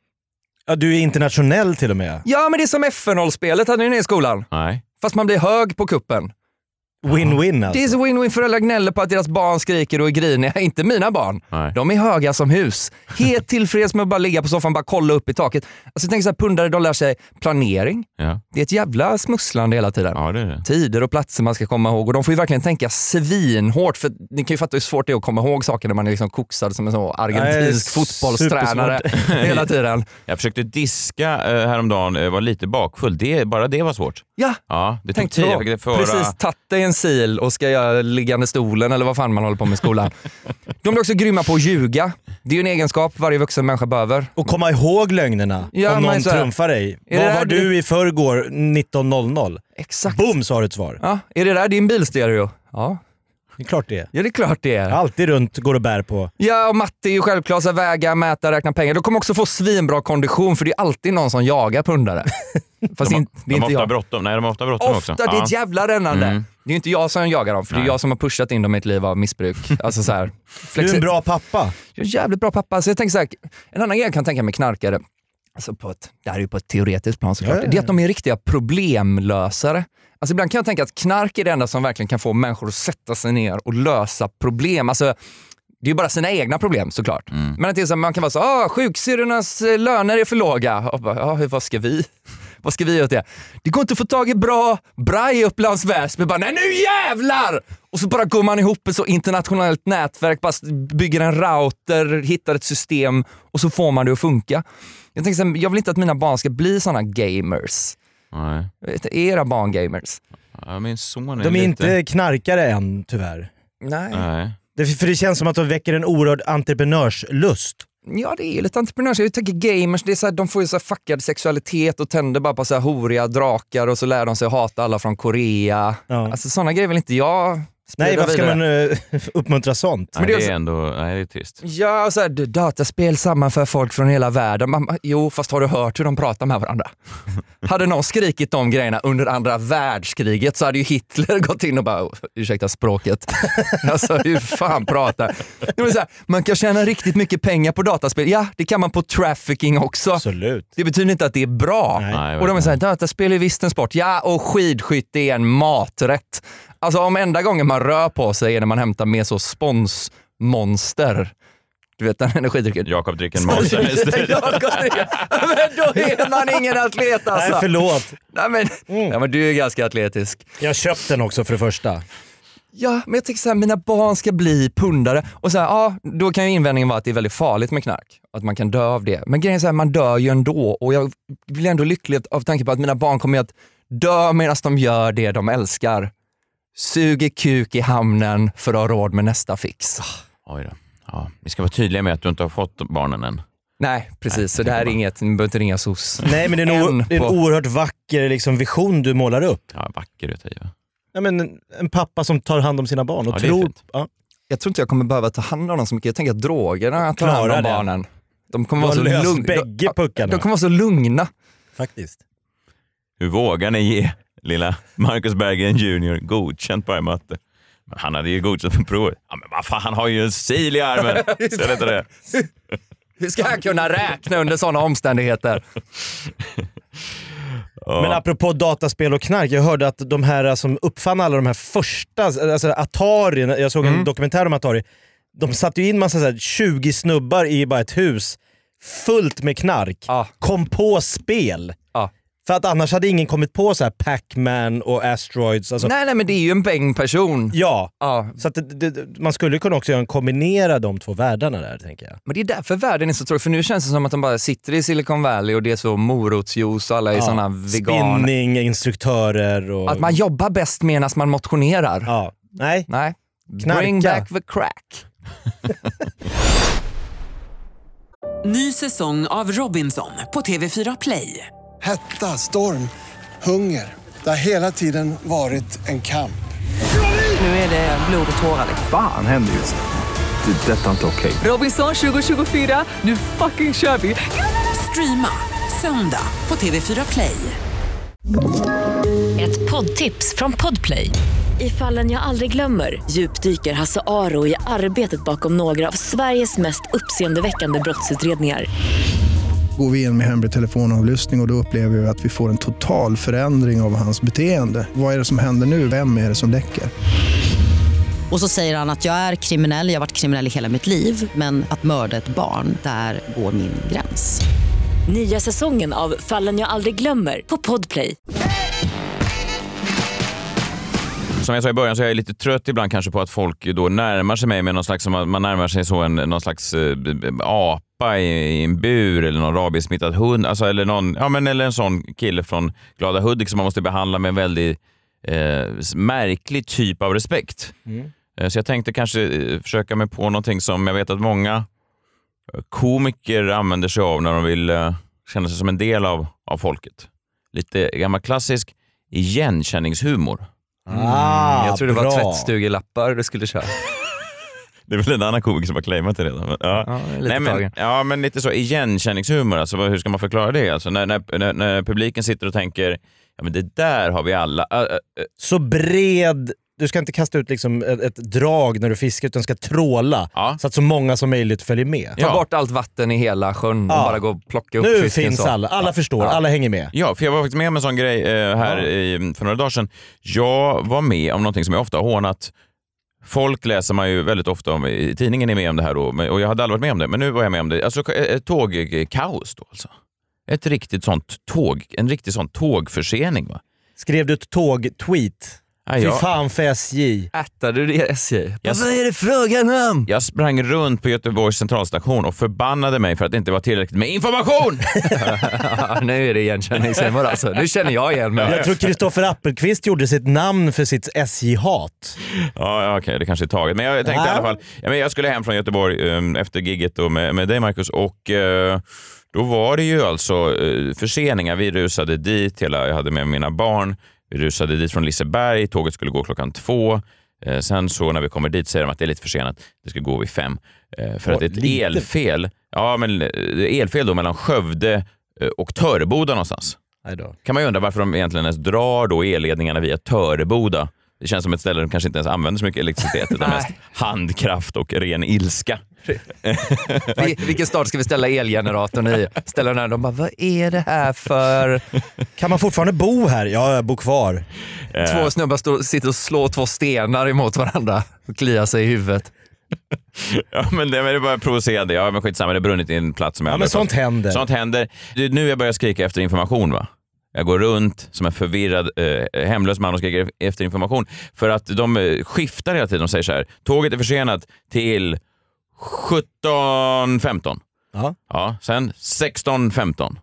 Ja, du är internationell till och med. Ja, men det är som FN-hållspelet, hade ni i skolan. Nej. Fast man blir hög på kuppen. Win-win alltså. Det är så win-win. Föräldrar gnäller på att deras barn skriker och är griniga. Inte mina barn. Nej. De är höga som hus. Helt tillfreds med att bara ligga på soffan och bara kolla upp i taket. Alltså jag tänker så här, pundare, de lär sig planering. Ja. Det är ett jävla smusslande hela tiden. Ja, det är det. Tider och platser man ska komma ihåg. Och de får ju verkligen tänka svinhårt. För ni kan ju fatta hur svårt det är att komma ihåg saker när man är liksom koksad som en så argentinsk fotbollstränare hela tiden. Jag försökte diska häromdagen, var lite bakfull. Bara det var svårt. Ja, Ja, det tog tänk tid. så. Jag fick det föra... Precis, tatt dig en sil och ska göra liggande stolen eller vad fan man håller på med i skolan. De blir också grymma på att ljuga. Det är ju en egenskap varje vuxen människa behöver. Och komma ihåg lögnerna Ja, om men någon så här, trumfar dig. är det Vad där var du i förrgår 19.00? Exakt. Boom, sa du ett svar. Ja, är det där din bilstereo? Ja. Det är klart det är. Ja, det är klart det är. Alltid runt går och bär på. Ja, och matte är ju självklart, så väga, mäta, räkna pengar. Du kommer också få svinbra kondition, för det är alltid någon som jagar pundare. Fast det är De inte har ofta jag. bråttom. Nej, de har ofta bråttom också. Ofta, det är ett jävla rännande. Mm. Det är ju inte jag som jagar dem, för det är Nej. jag som har pushat in dem i ett liv av missbruk. Alltså så här, Du är en bra pappa. Jag är jävligt bra pappa. Så jag tänker så här, en annan grej jag kan tänka mig knarkare, alltså det här är ju på ett teoretiskt plan såklart, det är att de är riktiga problemlösare. Alltså ibland kan jag tänka att knark är det enda som verkligen kan få människor att sätta sig ner och lösa problem. Alltså det är ju bara sina egna problem såklart. Men att det är så här, man kan vara så, sjuksyrornas löner är för låga. Och bara, vad ska vi? Vad ska vi göra åt det? Det går inte att få tag i bra braj i Upplands Väsby. Bara, nej nu jävlar! Och så bara går man ihop ett så internationellt nätverk, bara bygger en router, hittar ett system och så får man det att funka. Jag tänker så här, jag vill inte att mina barn ska bli såna gamers. Nej. Är era barn gamers? Ja, min son är De är lite... inte knarkare än, tyvärr. Nej. Nej. För det känns som att de väcker en oerhörd entreprenörslust. Ja, det är lite entreprenörskap. Jag tänker gamers, det är så här, de får ju så här fuckad sexualitet och tänder bara på så här horiga drakar och så lär de sig att hata alla från Korea. Ja. Alltså sådana grejer vill inte jag sprida Nej, varför ska vidare. man uppmuntra sånt? Nej, det är det så- är ändå... Nej, det är trist. Ja, och så här, dataspel sammanför folk från hela världen. Jo, fast har du hört hur de pratar med varandra? Hade någon skrikit de grejerna under andra världskriget så hade ju Hitler gått in och bara, ursäkta språket. Alltså hur fan pratar? Det var så här, man kan tjäna riktigt mycket pengar på dataspel. Ja, det kan man på trafficking också. Absolut. Det betyder inte att det är bra. Nej. Och de är såhär, dataspel är visst en sport. Ja, och skidskytte är en maträtt. Alltså om enda gången man rör på sig är när man hämtar med så sponsmonster. Du vet den energidrycken. Jakob dricker en monster. Men då är man ingen atlet alltså. Nej, förlåt. Nej, men, ja, men du är ganska atletisk. Jag har köpt den också för det första. Ja, men jag tänker såhär, mina barn ska bli pundare. Och såhär, ja, då kan ju invändningen vara att det är väldigt farligt med knark. Att man kan dö av det. Men grejen är såhär, man dör ju ändå. Och jag blir ändå lycklig av tanke på att mina barn kommer att dö medan de gör det de älskar. suger kuk i hamnen för att ha råd med nästa fix. Oj då. Ja, vi ska vara tydliga med att du inte har fått barnen än. Nej, precis. Nej, så det här är inget, ni behöver inte ringa SOS. Nej, men det är en oerhört vacker liksom, vision du målar upp. Ja, vacker ut. Ja, men en pappa som tar hand om sina barn och tror... Ja. Jag tror inte jag kommer behöva ta hand om dem så mycket. Jag tänker att drogerna tar hand om barnen. De kommer vara så lugna. De kommer vara så lugna. Faktiskt. Hur vågar ni ge lilla Marcus Berggren Jr. godkänt på matte? Men han hade ju godkänt på provet. Ja, men vad fan, han har ju en sil i armen. Ser det inte det? Hur ska jag kunna räkna under sådana omständigheter? Men apropå dataspel och knark, jag hörde att de här som uppfann alla de här första, alltså Atari, jag såg en dokumentär om Atari, de satte ju in massa så här 20 snubbar i bara ett hus fullt med knark, kom på spel. För att annars hade ingen kommit på så här Pac-Man och Asteroids. Alltså. Nej, men det är ju en bängperson. Ja, så att man skulle kunna också kombinera de två världarna där, tänker jag. Men det är därför världen är så tråkig, för nu känns det som att de bara sitter i Silicon Valley och det är så morotsjuice och alla är såna veganer. Spinning, instruktörer och... Att man jobbar bäst medan man motionerar. Ja, nej. Knarka. Bring back the crack. Ny säsong av Robinson på TV4 Play. Hetta, storm, hunger. Det har hela tiden varit en kamp. Nu är det blod och tårar. Fan händer just det. Detta är inte okej. Robinson 2024, nu fucking kör vi. Streama söndag på TV4 Play. Ett poddtips från Podplay. I Fallen jag aldrig glömmer djupdyker Hasse Aro i arbetet bakom några av Sveriges mest uppseendeväckande brottsutredningar. Går vi in med hemlig telefonavlyssning och då upplever vi att vi får en total förändring av hans beteende. Vad är det som händer nu? Vem är det som läcker? Och så säger han att jag är kriminell, jag har varit kriminell i hela mitt liv. Men att mörda ett barn, där går min gräns. Nya säsongen av Fallen jag aldrig glömmer på Podplay. Som jag sa i början så är jag lite trött ibland kanske på att folk då närmar sig mig med någon slags, man närmar sig så någon slags apa i en bur eller någon rabiesmittad hund, alltså, eller någon, eller en sån kille från Glada Hudik som man måste behandla med en väldigt märklig typ av respekt. Så jag tänkte kanske försöka mig på någonting som jag vet att många komiker använder sig av när de vill känna sig som en del av folket. Lite gammal klassisk igenkänningshumor. Jag tror det var tvättstugelappar du skulle köra. Det är väl en annan komiker som har claimat det redan. Men lite så igenkänningshumor. Alltså, hur ska man förklara det? Alltså, när publiken sitter och tänker, ja men det där har vi alla. Så bred... Du ska inte kasta ut liksom ett drag när du fiskar, utan ska tråla så att så många som möjligt följer med. Ta bort allt vatten i hela sjön och bara gå och plocka upp nu fisken. Nu finns så. alla förstår, alla hänger med. Ja, för jag var faktiskt med om en sån grej för några dagar sedan. Jag var med om någonting som jag ofta har hånat. Folk läser man ju väldigt ofta om, i tidningen är med om det här då, och jag hade aldrig varit med om det, men nu var jag med om det. Alltså tågkaos då alltså. En riktig sån tågförsening, va? Skrev du ett tåg-tweet? Fy fan för SJ. Ättade du det SJ? Vad är det frågan om? Jag sprang runt på Göteborgs centralstation och förbannade mig för att det inte var tillräckligt med information. Nu är det igenkänningshumor alltså. Nu känner jag igen mig. Jag tror Kristoffer Appelqvist gjorde sitt namn för sitt SJ-hat. Ja, okej, det kanske är taget. Men jag tänkte i alla fall, jag skulle hem från Göteborg efter gigget då med dig, Marcus, och då var det ju alltså förseningar. Vi rusade dit, jag hade med mina barn. Vi rusade dit från Liseberg, tåget skulle gå 2:00. Sen så när vi kommer dit säger de att det är lite försenat. Det ska gå vid 5. För att det är ett elfel. Ja, men elfel då mellan Skövde och Töreboda någonstans. Kan man ju undra varför de egentligen ens drar då elledningarna via Töreboda. Det känns som ett ställe där de kanske inte ens använder så mycket elektricitet utan mest handkraft och ren ilska. Vilken start ska vi ställa elgeneratorn i? Ställa den här, de bara, vad är det här för... Kan man fortfarande bo här? Ja, jag bor kvar. Två snubbar sitter och slår 2 stenar emot varandra och kliar sig i huvudet. Ja, men det är bara provocerande. Ja, men skitsamma, det har brunnit i en plats som jag men sånt händer. Sånt händer. Nu jag börjar skrika efter information, va? Jag går runt som en förvirrad hemlös man och skriker efter information. För att de skiftar hela tiden och säger så här: tåget är försenat till 17:15. Ja, sen 16:15.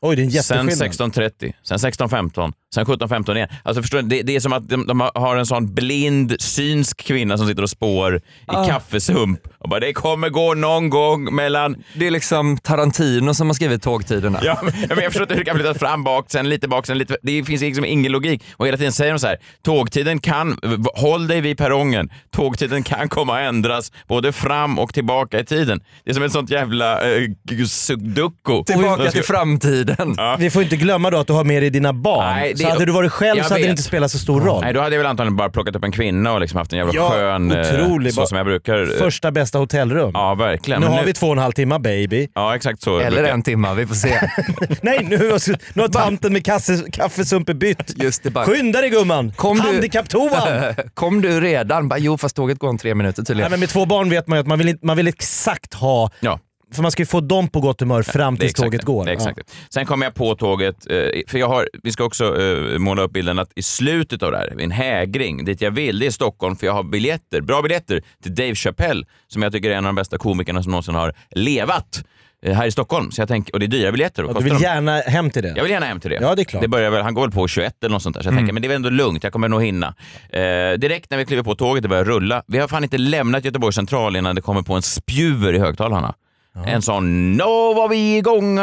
Oj, det är en sen jätteskillnad. 16.30, sen 16.15, sen 17.15 igen. Alltså förstår du, det är som att de har en sån blind synsk kvinna som sitter och spår i kaffesump och bara det kommer gå någon gång mellan... Det är liksom Tarantino som har skrivit tågtiderna. Ja, men jag förstår inte hur det kan flyttas fram, bak, sen lite. Det finns liksom ingen logik. Och hela tiden säger de så här, tågtiden kan, håll dig vid perrongen, tågtiden kan komma att ändras både fram och tillbaka i tiden. Det är som ett sånt jävla sudoku. Tillbaka till framtiden. Ja. Vi får inte glömma då att du har med dig dina barn. Nej, så hade du varit själv så hade det inte spelat så stor roll. Nej, då hade jag väl antagligen bara plockat upp en kvinna och liksom haft en jävla skön, otrolig, så som jag brukar. Första bästa hotellrum. Ja, verkligen. Nu har vi 2,5 timmar, baby. Ja, exakt så. Eller en timme, vi får se. Nej, nu har tanten med kaffesumpe bytt. Just det, bara. Skynda dig gumman! Handikapptoan! Kom du redan? Bara, jo, fast tåget går om 3 minuter tydligen. Nej, men med 2 barn vet man ju att man vill exakt ha... Ja. För man ska ju få dem på gott humör fram tills tåget går. Det är exakt. Sen kommer jag på tåget, för vi ska också måla upp bilden att i slutet av det här, en hägring dit jag vill, det är Stockholm, för jag har bra biljetter till Dave Chappelle, som jag tycker är en av de bästa komikerna som någonsin har levat här i Stockholm. Så jag tänker, och det är dyra biljetter. Och du vill gärna hem till det? Jag vill gärna hem till det. Ja, det är klart. Det börjar väl, han går väl på 21 eller något sånt där. Så jag tänker, men det är väl ändå lugnt, jag kommer nog hinna. Direkt när vi kliver på tåget, det börjar rulla. Vi har fan inte lämnat Göteborgs central innan det kommer på en spjuver i högtalarna. En sån, nå var vi igång.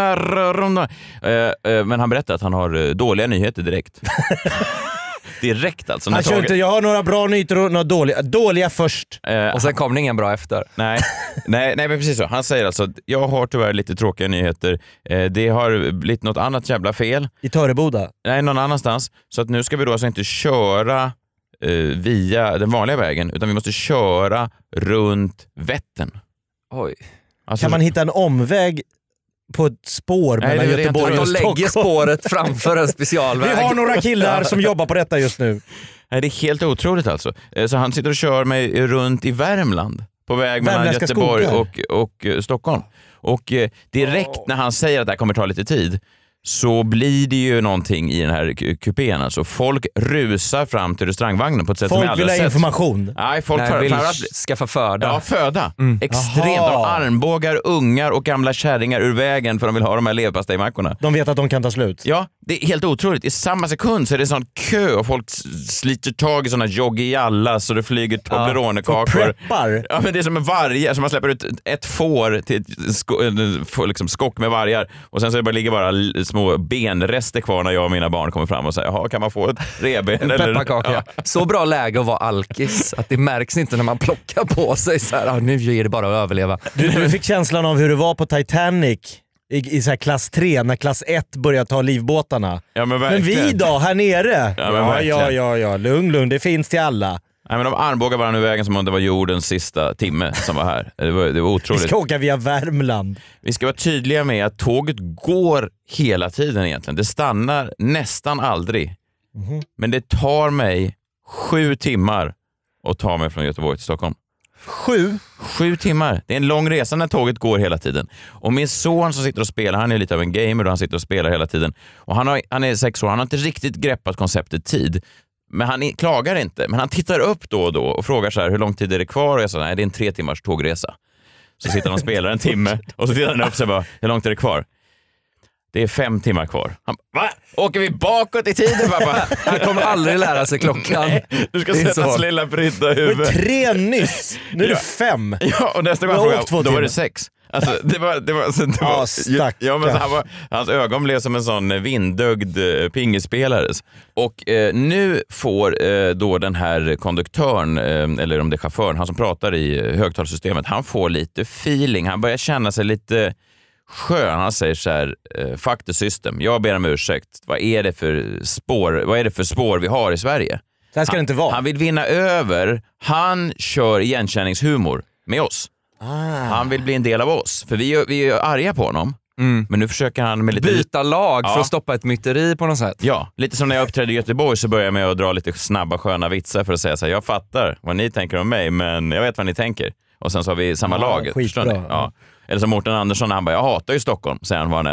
Men han berättar att han har dåliga nyheter direkt. Direkt alltså. Han kör inte, jag har några bra nyheter och några dåliga först. Och sen kom det ingen bra efter. Nej, men precis så. Han säger alltså, jag har tyvärr lite tråkiga nyheter. Det har blivit något annat jävla fel. I Töreboda? Nej, någon annanstans. Så att nu ska vi då alltså inte köra via den vanliga vägen, utan vi måste köra runt Vättern. Oj. Alltså, kan man hitta en omväg på ett spår mellan Göteborg och Stockholm? Lägger spåret framför en specialväg. Vi har några killar som jobbar på detta just nu. Nej, det är helt otroligt alltså. Så han sitter och kör mig runt i Värmland på väg mellan Göteborg och Stockholm. Och direkt när han säger att det här kommer ta lite tid, så blir det ju någonting i den här kupén. Alltså folk rusar fram till restaurangvagnen på ett sätt som jag aldrig har sett. Folk vill ha information. Nej, folk vill skaffa föda. Ja, föda. Extremt. De armbågar ungar och gamla kärringar ur vägen för de vill ha de här leverpastejmackorna. De vet att de kan ta slut. Ja, det är helt otroligt. I samma sekund så är det sån kö och folk sliter tag i såna joggi-alla så det flyger Toblerone-kakor. Preppar. Ja, men det är som en vargar, som man släpper ut ett får till ett liksom skock med vargar och sen så ligger bara små benrester kvar när jag och mina barn kommer fram och säger, jaha, kan man få ett reben? Pepparkaka. Ja. Så bra läge att vara alkis att det märks inte när man plockar på sig så här, nu är det bara att överleva. Du fick känslan av hur det var på Titanic i så här klass 3 när klass 1 började ta livbåtarna. Ja, men vi då här nere? Ja, lugn, det finns till alla. Nej, men de armbågar varandra i vägen som om det var jordens sista timme som var här. Det var otroligt. Vi ska åka via Värmland. Vi ska vara tydliga med att tåget går hela tiden egentligen. Det stannar nästan aldrig. Men det tar mig 7 timmar att ta mig från Göteborg till Stockholm. 7 timmar. Det är en lång resa när tåget går hela tiden. Och min son som sitter och spelar, han är lite av en gamer och han sitter och spelar hela tiden. Och han är 6 år, han har inte riktigt greppat konceptet tid. Men han klagar inte. Men han tittar upp då och då och frågar så här, hur lång tid är det kvar? Och jag sa, nej, det är en 3 timmars tågresa. Så sitter han och spelar en timme och så tittar han upp och säger bara, hur långt är det kvar? Det är 5 timmar kvar. Han bara, va? Åker vi bakåt i tiden, pappa? Han kommer aldrig lära sig klockan. Nej, du ska sätta hans lilla prydda huvud. 3 nyss, nu är det 5. Ja, och nästa gång frågade, då var det 6. Alltså, det var hans ögon blev som en sån vindögd pingisspelare. Och nu får då den här konduktören, eller om det är chauffören, han som pratar i högtalarsystemet, han får lite feeling. Han börjar känna sig lite skön. Han säger så här, fuck the system. Jag ber om ursäkt. Vad är det för spår vi har i Sverige? Det här ska det inte vara. Han vill vinna över. Han kör igenkänningshumor med oss. Han vill bli en del av oss. För vi är arga på honom. Men nu försöker han med lite... byta lag för att stoppa ett myteri på något sätt. Ja, lite som när jag uppträdde i Göteborg så börjar jag med att dra lite snabba sköna vitsar för att säga så här, jag fattar vad ni tänker om mig, men jag vet vad ni tänker. Och sen så har vi samma lag. Skitbra. Ja. Eller som Mårten Andersson, han bara, jag hatar ju Stockholm, säger han vad han än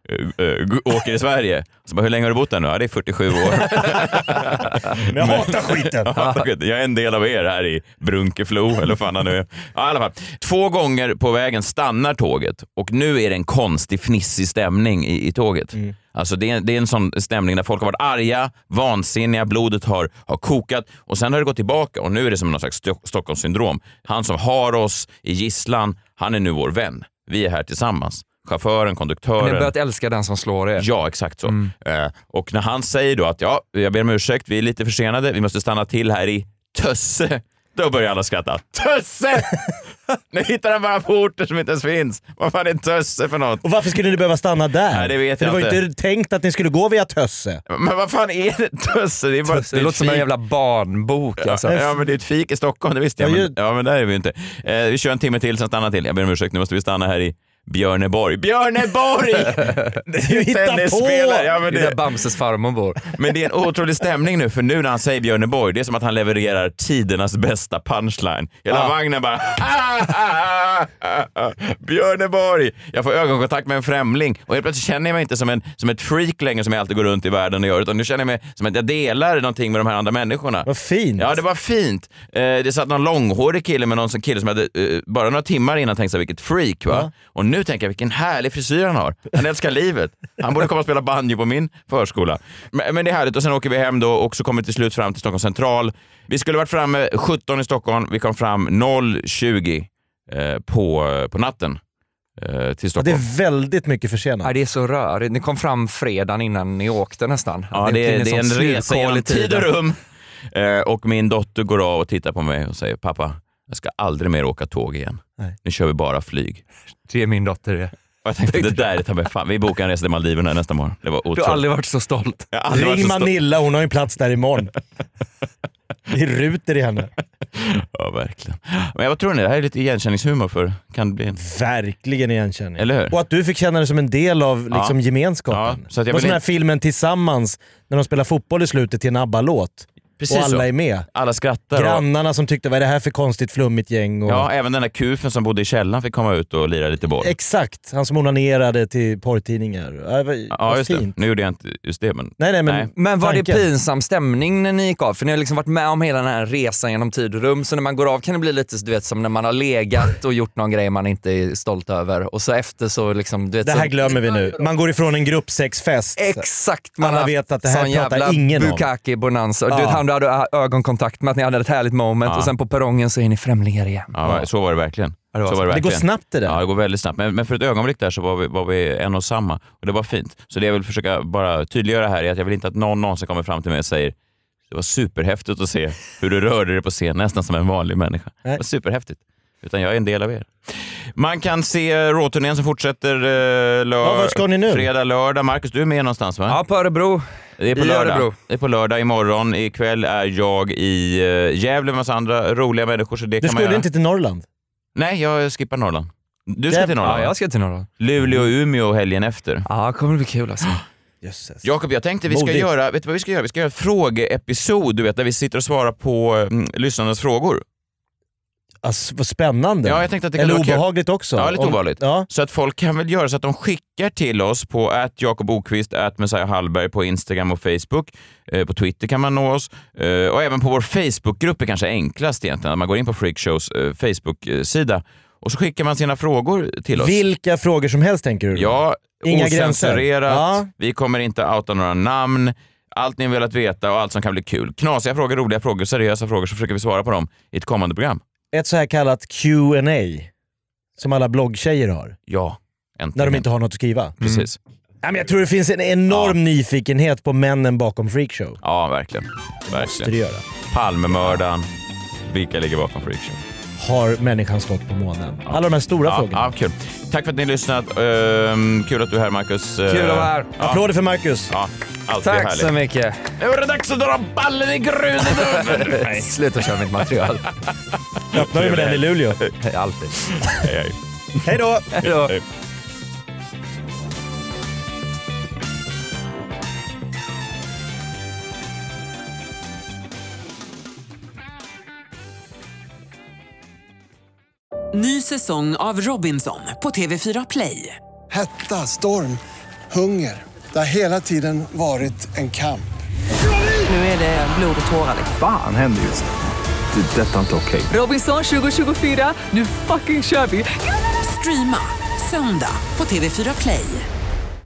åker i Sverige. Så bara, hur länge har du bott där nu? Ja, det är 47 år. Men jag hatar skiten. Jag är en del av er här i Brunkeflo, eller vad fan han nu är. Ja, i alla fall. 2 gånger på vägen stannar tåget och nu är det en konstig, fnissig stämning i tåget. Alltså det är en sån stämning där folk har varit arga, vansinniga, blodet har kokat och sen har det gått tillbaka och nu är det som någon slags Stockholmssyndrom. Han som har oss i gisslan, han är nu vår vän. Vi är här tillsammans. Chauffören, konduktören. Ni har börjat älska den som slår er. Ja, exakt så. Och när han säger då att jag ber om ursäkt, vi är lite försenade, vi måste stanna till här i Tösse. Då börjar alla skratta. Tösse! Nu hittar han bara på orter som inte ens finns. Vad fan är Tösse för något? Och varför skulle ni behöva stanna där? Nej, det vet jag inte. Det var inte. inte tänkt att ni skulle gå via Tösse. Men vad fan är det Tösse? Det är bara det låter som en jävla barnbok. Alltså. Ja, men det är ett fik i Stockholm, det visste jag. Men där är vi inte. Vi kör en timme till, sen stannar till. Jag ber om ursäkt, nu måste vi stanna här i Björneborg. Björneborg! Du hittar på! Ja, men det är Bamses farmor bor. Men det är en otrolig stämning nu, för nu när han säger Björneborg, det är som att han levererar tidernas bästa punchline. Hela vagnen bara Björneborg! Jag får ögonkontakt med en främling och helt plötsligt känner jag mig inte som ett freak längre som jag alltid går runt i världen och gör, utan nu känner jag mig som att jag delar någonting med de här andra människorna. Vad fint! Ja, det var fint. Det satt någon långhårig kille med någon kille som hade bara några timmar innan tänkt sig vilket freak, va? Ja. Och nu tänker jag vilken härlig frisyr han har. Han älskar livet. Han borde komma och spela banjo på min förskola. Men det är härligt. Och sen åker vi hem då och så kommer vi till slut fram till Stockholm central. Vi skulle varit framme 17 i Stockholm. Vi kom fram 0:20 på natten till Stockholm. Ja, det är väldigt mycket försenat. Ja, det är så rörigt. Ni kom fram fredagen innan ni åkte nästan. Ja, det är en resa genom tid och rum. Och min dotter går av och tittar på mig och säger: pappa, jag ska aldrig mer åka tåg igen. Nej. Nu kör vi bara flyg. Det är min dotter det. Och jag tänkte, det där är ta fan. Vi bokar en resa till Maldiverna nästa morgon. Det var otroligt. Du har aldrig varit så stolt. Ring Manilla, hon har ju plats där imorgon. Det ruter i henne. Ja, verkligen. Men vad tror ni? Det här är lite igenkänningshumor för kan det bli en... Verkligen igenkänning. Eller hur? Och att du fick känna det som en del av liksom, gemenskapen. Ja, så att jag och sån här filmen Tillsammans, när de spelar fotboll i slutet till en ABBA-låt. Precis och alla så. är med. Alla skrattar. Grannarna som tyckte, vad är det här för konstigt flummigt gäng? Och... Ja, även den där kufen som bodde i källaren fick komma ut och lira lite boll. Exakt, han som onanerade till porrtidningar. Ja, just fint. Det. Nu gjorde jag inte just det. Men var det pinsam stämning när ni gick av? För ni har liksom varit med om hela den här resan genom tid och rum. Så när man går av kan det bli lite, du vet, som när man har legat och gjort någon grej man inte är stolt över. Och så efter så liksom... Du vet, det här glömmer vi nu. Man går ifrån en gruppsexfest. Exakt. Man har vet att det här pratar ingen om. Bukaki bonanza. Ja. Du vet, han du hade ögonkontakt med att ni hade ett härligt moment och sen på perrongen så är ni främlingar igen. Ja, så var det verkligen. Det går snabbt det där. Ja, det går väldigt snabbt. Men för ett ögonblick där så var vi en och samma. Och det var fint. Så det jag vill försöka bara tydliggöra här är att jag vill inte att någon någonsin kommer fram till mig och säger: det var superhäftigt att se hur du rörde dig på scen nästan som en vanlig människa. Det var superhäftigt. Utan jag är en del av er. Man kan se Raw-turnén som fortsätter var ska ni nu? Fredag, lördag. Marcus, du är med någonstans, va? Ja, på Örebro. Det är på lördag. Det är på lördag imorgon. Ikväll är jag i Gävle med massa andra roliga människor. Så det du kan man göra. inte till Norrland? Nej, jag skippar Norrland. Du ska till Norrland? Ja, jag ska till Norrland. Luleå och Umeå helgen efter. Ja, det kommer bli kul alltså. Jakob, jag tänkte vi ska göra, vet du vad vi ska göra? Vi ska göra en frågeepisod, du vet, där vi sitter och svarar på lyssnarnas frågor. Alltså, vad spännande. Ja, jag tänkte att det kan eller vara obehagligt också. Ja, lite obehagligt. Ja. Så att folk kan väl göra så att de skickar till oss på @JakobOkvist, @Messiah på Instagram och Facebook. På Twitter kan man nå oss. Och även på vår Facebookgrupp är kanske enklast egentligen. Man går in på Freakshows Facebook-sida och så skickar man sina frågor till oss. Vilka frågor som helst tänker du? Ja, inga ocensurerat. Ja. Vi kommer inte outa några namn. Allt ni velat veta och allt som kan bli kul. Knasiga frågor, roliga frågor, seriösa frågor, så försöker vi svara på dem i ett kommande program. Ett så här kallat Q&A som alla bloggtjejer har. Ja, äntligen. När de inte har något att skriva. Precis. Men jag tror det finns en enorm nyfikenhet på männen bakom Freakshow. Ja, verkligen. Måste det göra. Palmemördaren. Vilka ligger bakom Freakshow? Har människan stått på månen? Alla de här stora frågorna. Ja, kul. Tack för att ni har lyssnat. Kul att du är här, Marcus. Kul att vara här. Applåder för Marcus. Ja, alltid tack härligt. Så mycket. Nu är det dags att dra ballen i gruset. Nej, sluta köra mitt material. Öppnar vi med den i Luleå? Alltid. Hej. Hej då. Hej då. Hej. Ny säsong av Robinson på TV4 Play. Hetta, storm, hunger. Det har hela tiden varit en kamp. Nu är det blod och tårar. Fan händer just det. Detta är inte okej. Robinson 2024, nu fucking kör vi! Streama söndag på TV4 Play.